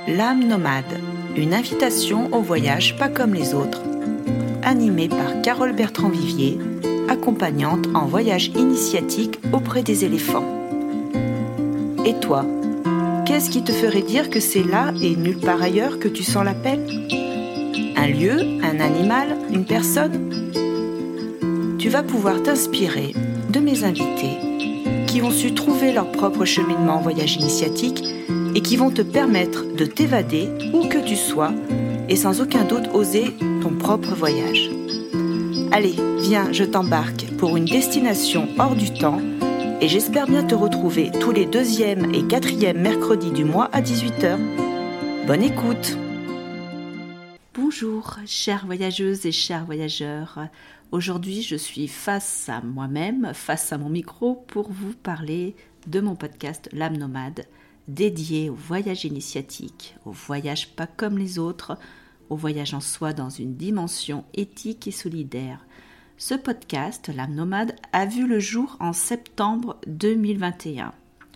L'âme nomade, une invitation au voyage pas comme les autres. Animée par Carole Bertrand-Vivier, accompagnante en voyage initiatique auprès des éléphants. Et toi, qu'est-ce qui te ferait dire que c'est là et nulle part ailleurs que tu sens l'appel ? Un lieu, un animal, une personne ? Tu vas pouvoir t'inspirer de mes invités qui ont su trouver leur propre cheminement en voyage initiatique et qui vont te permettre de t'évader où que tu sois et sans aucun doute oser ton propre voyage. Allez, viens, je t'embarque pour une destination hors du temps et j'espère bien te retrouver tous les 2e et 4e mercredis du mois à 18h. Bonne écoute! Bonjour, chères voyageuses et chers voyageurs. Aujourd'hui, je suis face à moi-même, face à mon micro, pour vous parler de mon podcast L'âme nomade, dédié au voyage initiatique, au voyage pas comme les autres, au voyage en soi dans une dimension éthique et solidaire. Ce podcast, L'âme nomade, a vu le jour en septembre 2021.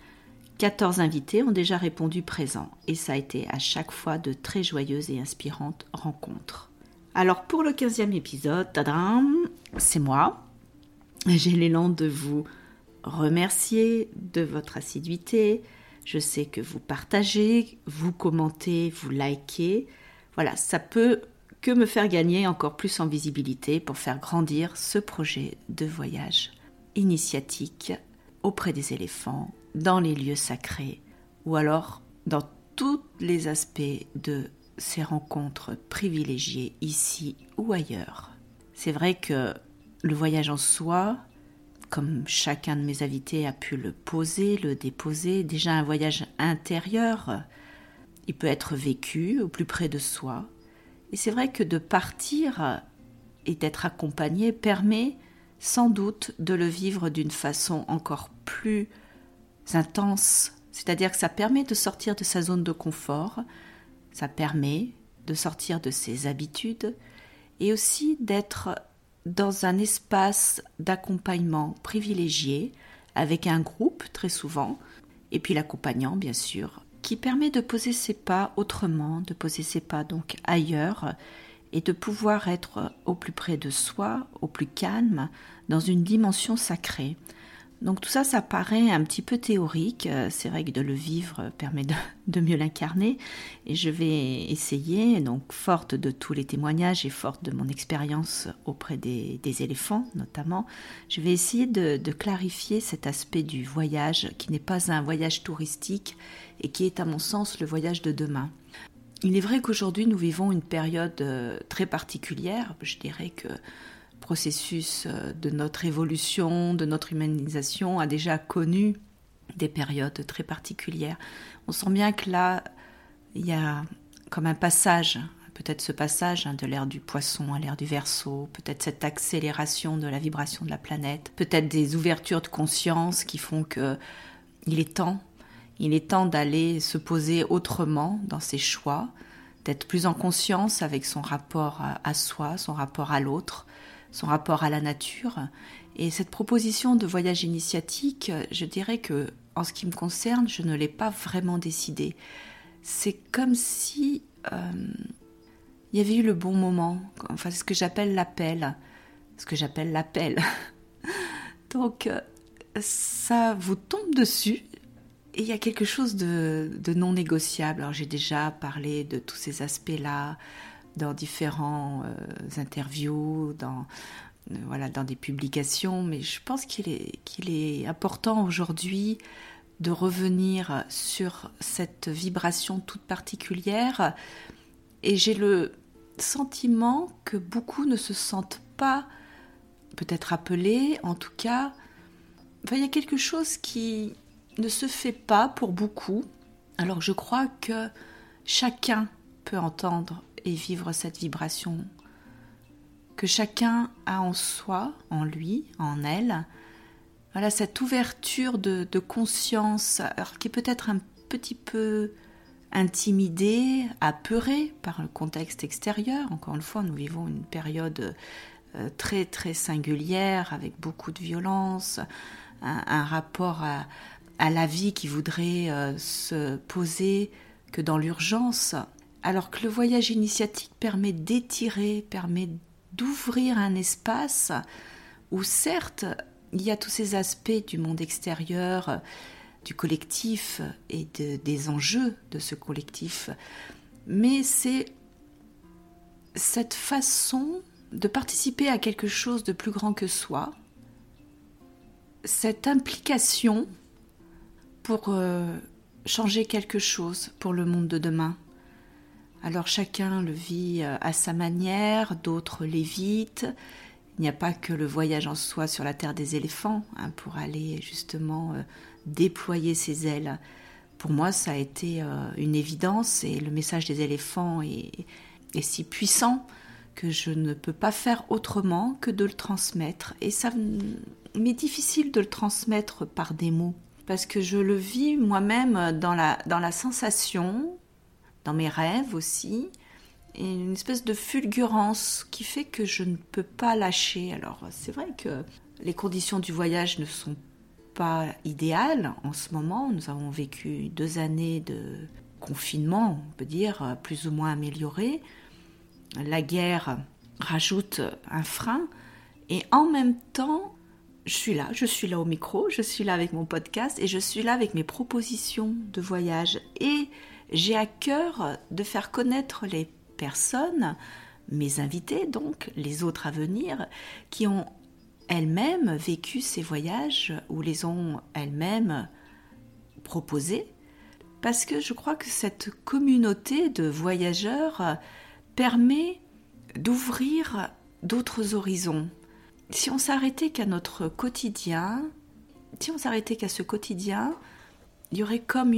14 invités ont déjà répondu présents et ça a été à chaque fois de très joyeuses et inspirantes rencontres. Alors pour le 15e épisode, tadam, c'est moi. J'ai l'élan de vous remercier de votre assiduité. Je sais que vous partagez, vous commentez, vous likez. Voilà, ça peut que me faire gagner encore plus en visibilité pour faire grandir ce projet de voyage initiatique auprès des éléphants, dans les lieux sacrés, ou alors dans tous les aspects de ces rencontres privilégiées ici ou ailleurs. C'est vrai que le voyage en soi, comme chacun de mes invités a pu le poser, le déposer, déjà un voyage intérieur, il peut être vécu au plus près de soi. Et c'est vrai que de partir et d'être accompagné permet sans doute de le vivre d'une façon encore plus intense. C'est-à-dire que ça permet de sortir de sa zone de confort, ça permet de sortir de ses habitudes et aussi d'être dans un espace d'accompagnement privilégié avec un groupe très souvent et puis l'accompagnant bien sûr qui permet de poser ses pas autrement, de poser ses pas donc ailleurs et de pouvoir être au plus près de soi, au plus calme, dans une dimension sacrée. Donc tout ça, ça paraît un petit peu théorique, c'est vrai que de le vivre permet de mieux l'incarner et je vais essayer, donc forte de tous les témoignages et forte de mon expérience auprès des éléphants notamment, je vais essayer de clarifier cet aspect du voyage qui n'est pas un voyage touristique et qui est à mon sens le voyage de demain. Il est vrai qu'aujourd'hui nous vivons une période très particulière, je dirais que processus de notre évolution, de notre humanisation a déjà connu des périodes très particulières. On sent bien que là, il y a comme un passage, peut-être ce passage de l'ère du poisson à l'ère du Verseau, peut-être cette accélération de la vibration de la planète, peut-être des ouvertures de conscience qui font que il est temps d'aller se poser autrement dans ses choix, d'être plus en conscience avec son rapport à soi, son rapport à l'autre, son rapport à la nature. Et cette proposition de voyage initiatique, je dirais que, en ce qui me concerne, je ne l'ai pas vraiment décidée. C'est comme si il y avait eu le bon moment, enfin ce que j'appelle l'appel. Donc ça vous tombe dessus et il y a quelque chose de non négociable. Alors j'ai déjà parlé de tous ces aspects-là dans différents interviews, dans des publications, mais je pense qu'il est important aujourd'hui de revenir sur cette vibration toute particulière et j'ai le sentiment que beaucoup ne se sentent pas peut-être appelés, en tout cas, il y a quelque chose qui ne se fait pas pour beaucoup. Alors je crois que chacun peut entendre et vivre cette vibration que chacun a en soi, en lui, en elle. Voilà, cette ouverture de conscience, alors qui est peut-être un petit peu intimidée, apeurée par le contexte extérieur. Encore une fois, nous vivons une période très très singulière, avec beaucoup de violence, un rapport à la vie qui voudrait se poser que dans l'urgence, alors que le voyage initiatique permet d'étirer, permet d'ouvrir un espace où certes, il y a tous ces aspects du monde extérieur, du collectif et des enjeux de ce collectif, mais c'est cette façon de participer à quelque chose de plus grand que soi, cette implication pour changer quelque chose pour le monde de demain. Alors chacun le vit à sa manière, d'autres l'évitent. Il n'y a pas que le voyage en soi sur la terre des éléphants pour aller justement déployer ses ailes. Pour moi, ça a été une évidence et le message des éléphants est si puissant que je ne peux pas faire autrement que de le transmettre. Et ça m'est difficile de le transmettre par des mots parce que je le vis moi-même dans la sensation, dans mes rêves aussi, et une espèce de fulgurance qui fait que je ne peux pas lâcher. Alors c'est vrai que les conditions du voyage ne sont pas idéales en ce moment. Nous avons vécu 2 années de confinement, on peut dire, plus ou moins améliorées. La guerre rajoute un frein, et en même temps, je suis là au micro, je suis là avec mon podcast, et je suis là avec mes propositions de voyage. Et j'ai à cœur de faire connaître les personnes, mes invités donc, les autres à venir, qui ont elles-mêmes vécu ces voyages ou les ont elles-mêmes proposés, parce que je crois que cette communauté de voyageurs permet d'ouvrir d'autres horizons. Si on s'arrêtait qu'à notre quotidien, si on s'arrêtait qu'à ce quotidien, il y aurait comme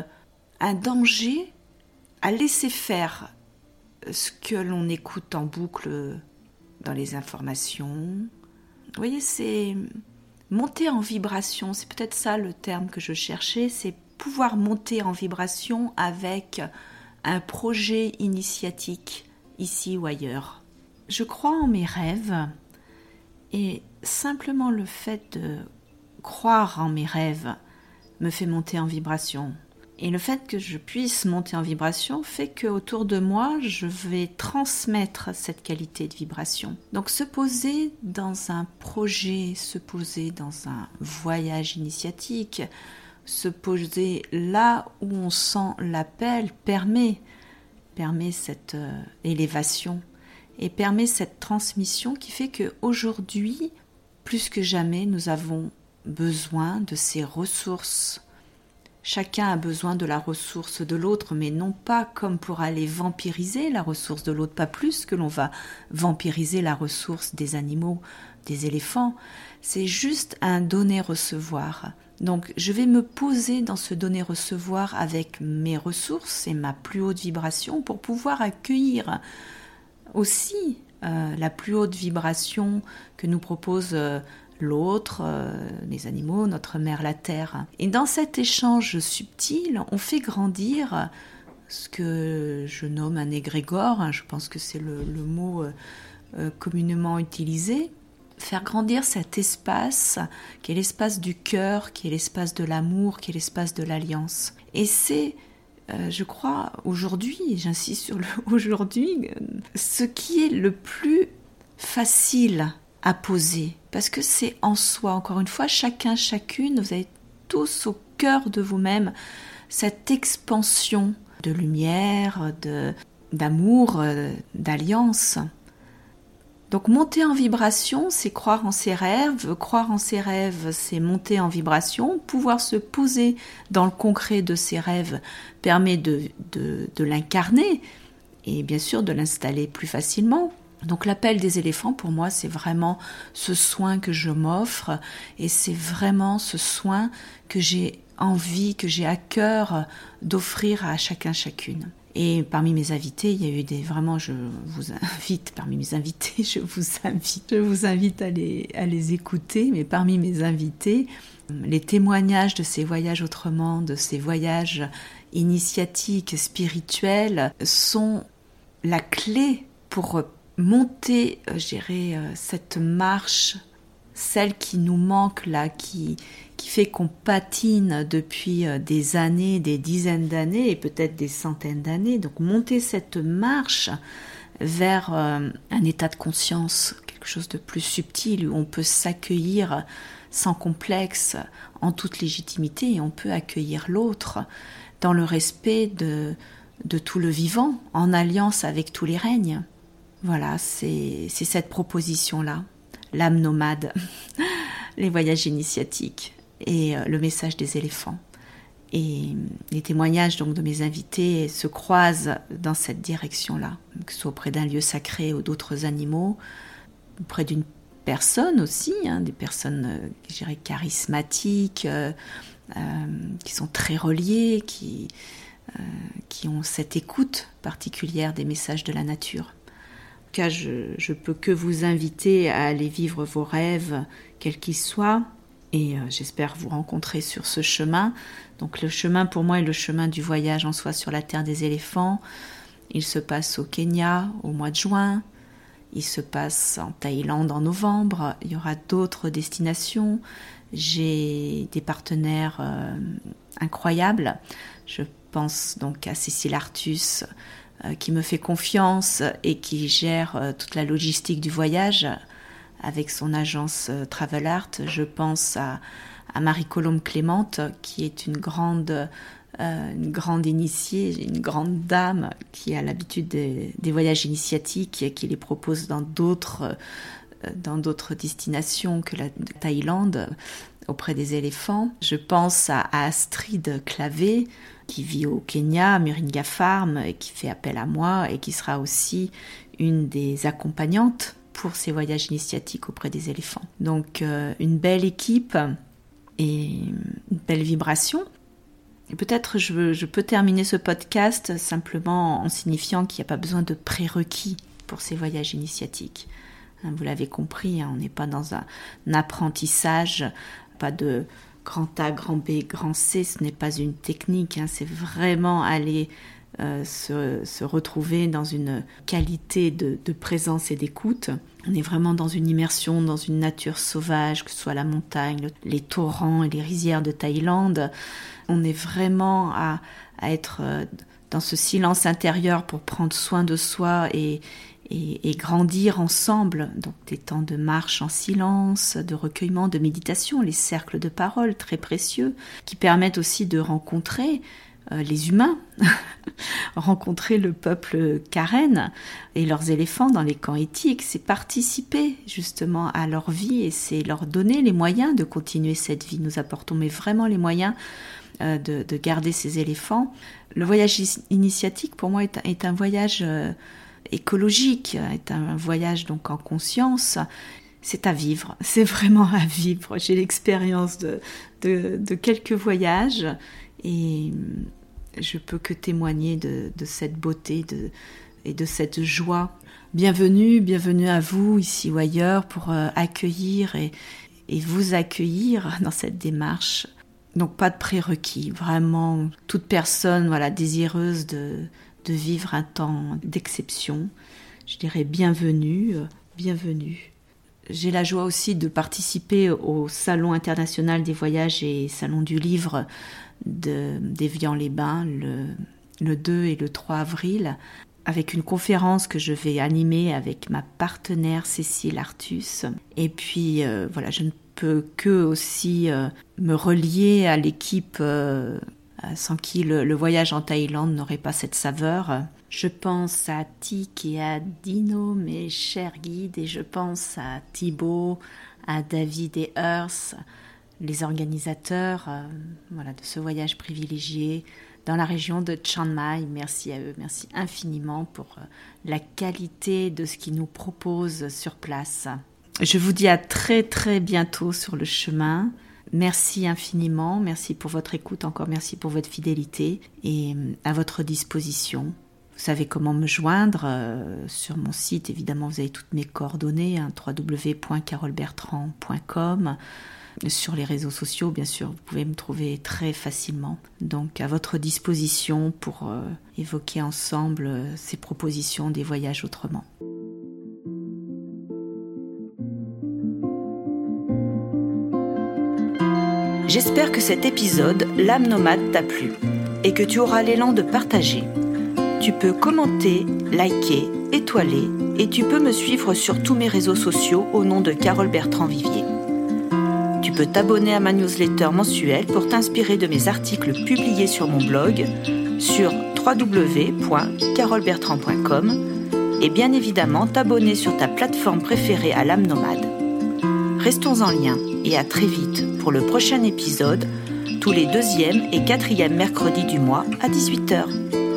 un danger à laisser faire ce que l'on écoute en boucle dans les informations. Vous voyez, c'est monter en vibration, c'est peut-être ça le terme que je cherchais, c'est pouvoir monter en vibration avec un projet initiatique ici ou ailleurs. Je crois en mes rêves et simplement le fait de croire en mes rêves me fait monter en vibration. Et le fait que je puisse monter en vibration fait qu'autour de moi, je vais transmettre cette qualité de vibration. Donc se poser dans un projet, se poser dans un voyage initiatique, se poser là où on sent l'appel permet cette élévation et permet cette transmission qui fait qu'aujourd'hui, plus que jamais, nous avons besoin de ces ressources. Chacun a besoin de la ressource de l'autre, mais non pas comme pour aller vampiriser la ressource de l'autre, pas plus que l'on va vampiriser la ressource des animaux, des éléphants. C'est juste un donner-recevoir. Donc je vais me poser dans ce donner-recevoir avec mes ressources et ma plus haute vibration pour pouvoir accueillir aussi la plus haute vibration que nous propose l'autre, les animaux, notre mère la terre. Et dans cet échange subtil, on fait grandir ce que je nomme un égrégore, je pense que c'est le mot communément utilisé, faire grandir cet espace qui est l'espace du cœur, qui est l'espace de l'amour, qui est l'espace de l'alliance. Et c'est, je crois, aujourd'hui, j'insiste sur le aujourd'hui, ce qui est le plus facile à poser, parce que c'est en soi, encore une fois, chacun, chacune, vous avez tous au cœur de vous-même cette expansion de lumière, d'amour, d'alliance. Donc monter en vibration, c'est croire en ses rêves, c'est monter en vibration, pouvoir se poser dans le concret de ses rêves permet de l'incarner et bien sûr de l'installer plus facilement. Donc l'appel des éléphants, pour moi, c'est vraiment ce soin que je m'offre et c'est vraiment ce soin que j'ai envie, que j'ai à cœur d'offrir à chacun, chacune. Et parmi mes invités, il y a eu je vous invite à les écouter, mais parmi mes invités, les témoignages de ces voyages autrement, de ces voyages initiatiques, spirituels, sont la clé pour monter, cette marche, celle qui nous manque là, qui qui fait qu'on patine depuis des années, des dizaines d'années et peut-être des centaines d'années. Donc monter cette marche vers un état de conscience, quelque chose de plus subtil où on peut s'accueillir sans complexe, en toute légitimité, et on peut accueillir l'autre dans le respect de tout le vivant, en alliance avec tous les règnes. Voilà, c'est cette proposition-là, l'âme nomade, les voyages initiatiques et le message des éléphants. Et les témoignages donc de mes invités se croisent dans cette direction-là, que ce soit auprès d'un lieu sacré ou d'autres animaux, auprès d'une personne aussi, des personnes, je dirais, charismatiques, qui sont très reliées, qui ont cette écoute particulière des messages de la nature. En tout cas, je peux que vous inviter à aller vivre vos rêves, quels qu'ils soient, et j'espère vous rencontrer sur ce chemin. Donc le chemin pour moi est le chemin du voyage en soi sur la terre des éléphants. Il se passe au Kenya au mois de juin. Il se passe en Thaïlande en novembre. Il y aura d'autres destinations. J'ai des partenaires incroyables. Je pense donc à Cécile Artus qui me fait confiance et qui gère toute la logistique du voyage avec son agence Travel Art. Je pense à Marie-Colombe Clémente qui est une grande initiée, une grande dame qui a l'habitude des voyages initiatiques et qui les propose dans d'autres destinations que la Thaïlande auprès des éléphants. Je pense à Astrid Clavé qui vit au Kenya, à Moringa Farm, et qui fait appel à moi et qui sera aussi une des accompagnantes pour ces voyages initiatiques auprès des éléphants. Donc une belle équipe et une belle vibration. Et peut-être je peux terminer ce podcast simplement en signifiant qu'il n'y a pas besoin de prérequis pour ces voyages initiatiques. Vous l'avez compris, on n'est pas dans un apprentissage, pas de grand A, grand B, grand C, ce n'est pas une technique, c'est vraiment aller se retrouver dans une qualité de présence et d'écoute. On est vraiment dans une immersion, dans une nature sauvage, que ce soit la montagne, les torrents et les rizières de Thaïlande. On est vraiment à être dans ce silence intérieur pour prendre soin de soi et grandir ensemble. Donc des temps de marche en silence, de recueillement, de méditation, les cercles de parole très précieux qui permettent aussi de rencontrer les humains, rencontrer le peuple Karen et leurs éléphants dans les camps éthiques. C'est participer justement à leur vie et c'est leur donner les moyens de continuer cette vie. Nous apportons mais vraiment les moyens de garder ces éléphants. Le voyage initiatique pour moi est un voyage écologique, est un voyage donc en conscience. C'est à vivre, c'est vraiment à vivre. J'ai l'expérience de quelques voyages et je peux que témoigner de cette beauté et de cette joie. Bienvenue à vous ici ou ailleurs pour accueillir et vous accueillir dans cette démarche. Donc pas de prérequis, vraiment toute personne désireuse de vivre un temps d'exception. Je dirais bienvenue. J'ai la joie aussi de participer au Salon international des voyages et Salon du livre d'Évian-les-Bains le 2 et le 3 avril avec une conférence que je vais animer avec ma partenaire Cécile Artus. Et puis je ne peux que aussi me relier à l'équipe sans qui le voyage en Thaïlande n'aurait pas cette saveur. Je pense à Tic et à Dino, mes chers guides, et je pense à Thibaut, à David et Earth, les organisateurs de ce voyage privilégié dans la région de Chiang Mai. Merci à eux, merci infiniment pour la qualité de ce qu'ils nous proposent sur place. Je vous dis à très très bientôt sur le chemin. Merci infiniment, merci pour votre écoute, encore merci pour votre fidélité et à votre disposition. Vous savez comment me joindre sur mon site, évidemment vous avez toutes mes coordonnées, www.carolbertrand.com. Sur les réseaux sociaux, bien sûr, vous pouvez me trouver très facilement. Donc à votre disposition pour évoquer ensemble ces propositions des voyages autrement. J'espère que cet épisode, l'âme nomade, t'a plu et que tu auras l'élan de partager. Tu peux commenter, liker, étoiler et tu peux me suivre sur tous mes réseaux sociaux au nom de Carole Bertrand-Vivier. Tu peux t'abonner à ma newsletter mensuelle pour t'inspirer de mes articles publiés sur mon blog sur www.carolebertrand.com et bien évidemment t'abonner sur ta plateforme préférée à l'âme nomade. Restons en lien et à très vite pour le prochain épisode, tous les 2e et 4e mercredis du mois à 18h.